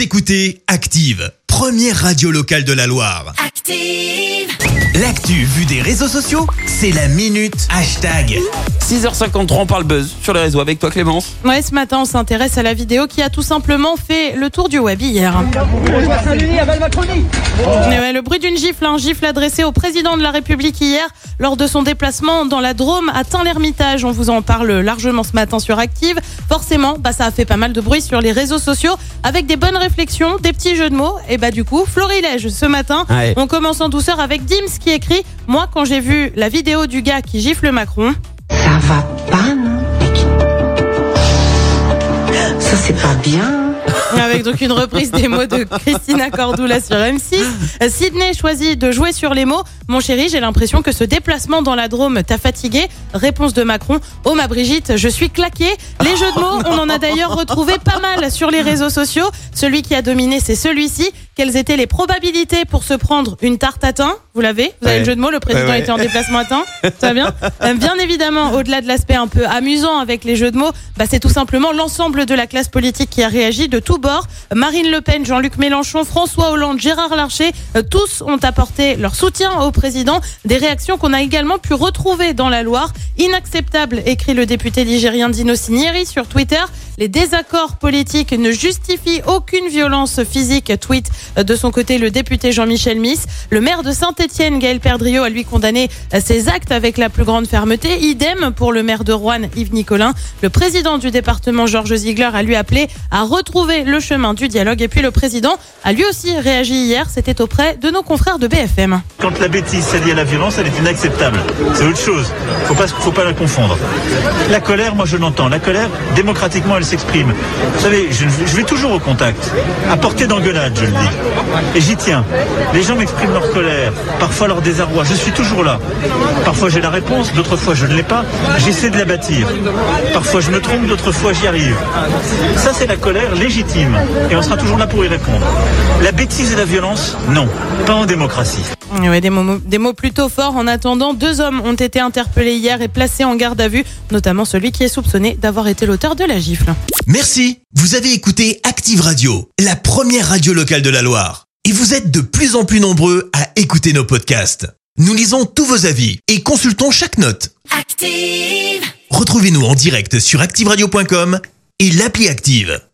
Vous écoutez Active, première radio locale de la Loire. Active. L'actu vue des réseaux sociaux, c'est la minute hashtag. 6h53, on parle buzz sur les réseaux avec toi Clémence. Ouais, ce matin, on s'intéresse à la vidéo qui a tout simplement fait le tour du web hier. Mais ouais, le bruit d'une gifle, un gifle adressé au président de la République hier lors de son déplacement dans la Drôme à Tain-l'Hermitage. On vous en parle largement ce matin sur Active. Forcément, ça a fait pas mal de bruit sur les réseaux sociaux avec des bonnes réflexions, des petits jeux de mots. Et du coup, florilège ce matin. Ouais. On commence en douceur avec Dims qui écrit « Moi, quand j'ai vu la vidéo du gars qui gifle Macron... » Ça va pas, non? Ça, c'est pas bien. Avec donc une reprise des mots de Christina Cordula sur M6. Sydney choisit de jouer sur les mots. Mon chéri, j'ai l'impression que ce déplacement dans la Drôme t'a fatigué. Réponse de Macron. Oh ma Brigitte, je suis claqué. Les jeux de mots, on en a d'ailleurs retrouvé pas mal sur les réseaux sociaux. Celui qui a dominé, c'est celui-ci. Quelles étaient les probabilités pour se prendre une tarte à thym? Vous l'avez? Vous avez le jeu de mots, le président était en déplacement à Tain. Ça va bien? Bien évidemment, au-delà de l'aspect un peu amusant avec les jeux de mots, c'est tout simplement l'ensemble de la classe politique qui a réagi de tous bords. Marine Le Pen, Jean-Luc Mélenchon, François Hollande, Gérard Larcher, tous ont apporté leur soutien au président. Des réactions qu'on a également pu retrouver dans la Loire. Inacceptable, écrit le député ligérien Dino Cinieri sur Twitter. Les désaccords politiques ne justifient aucune violence physique, tweet de son côté le député Jean-Michel Miss. Le maire de Saint-Étienne, Gaël Perdriau, a lui condamné ces actes avec la plus grande fermeté. Idem pour le maire de Roanne, Yves Nicolin. Le président du département, Georges Ziegler, a lui appelé à retrouver le chemin du dialogue. Et puis le président a lui aussi réagi hier. C'était auprès de nos confrères de BFM. Quand la bêtise s'allie à la violence, elle est inacceptable. C'est autre chose. Faut pas la confondre. La colère, moi je l'entends. La colère, démocratiquement, elle s'exprime. Vous savez, je vais toujours au contact. À portée d'engueulade, je le dis. Et j'y tiens. Les gens m'expriment leur colère, parfois leur désarroi. Je suis toujours là. Parfois j'ai la réponse, d'autres fois je ne l'ai pas. J'essaie de la bâtir. Parfois je me trompe, d'autres fois j'y arrive. Ça, c'est la colère légitime. Et on sera toujours là pour y répondre. La bêtise et la violence, non. Pas en démocratie. Ouais, des mots plutôt forts. En attendant, 2 hommes ont été interpellés hier et placés en garde à vue, notamment celui qui est soupçonné d'avoir été l'auteur de la gifle. Merci, vous avez écouté Active Radio, la première radio locale de la Loire. Et vous êtes de plus en plus nombreux à écouter nos podcasts. Nous lisons tous vos avis et consultons chaque note. Active. Retrouvez-nous en direct sur activeradio.com et l'appli Active.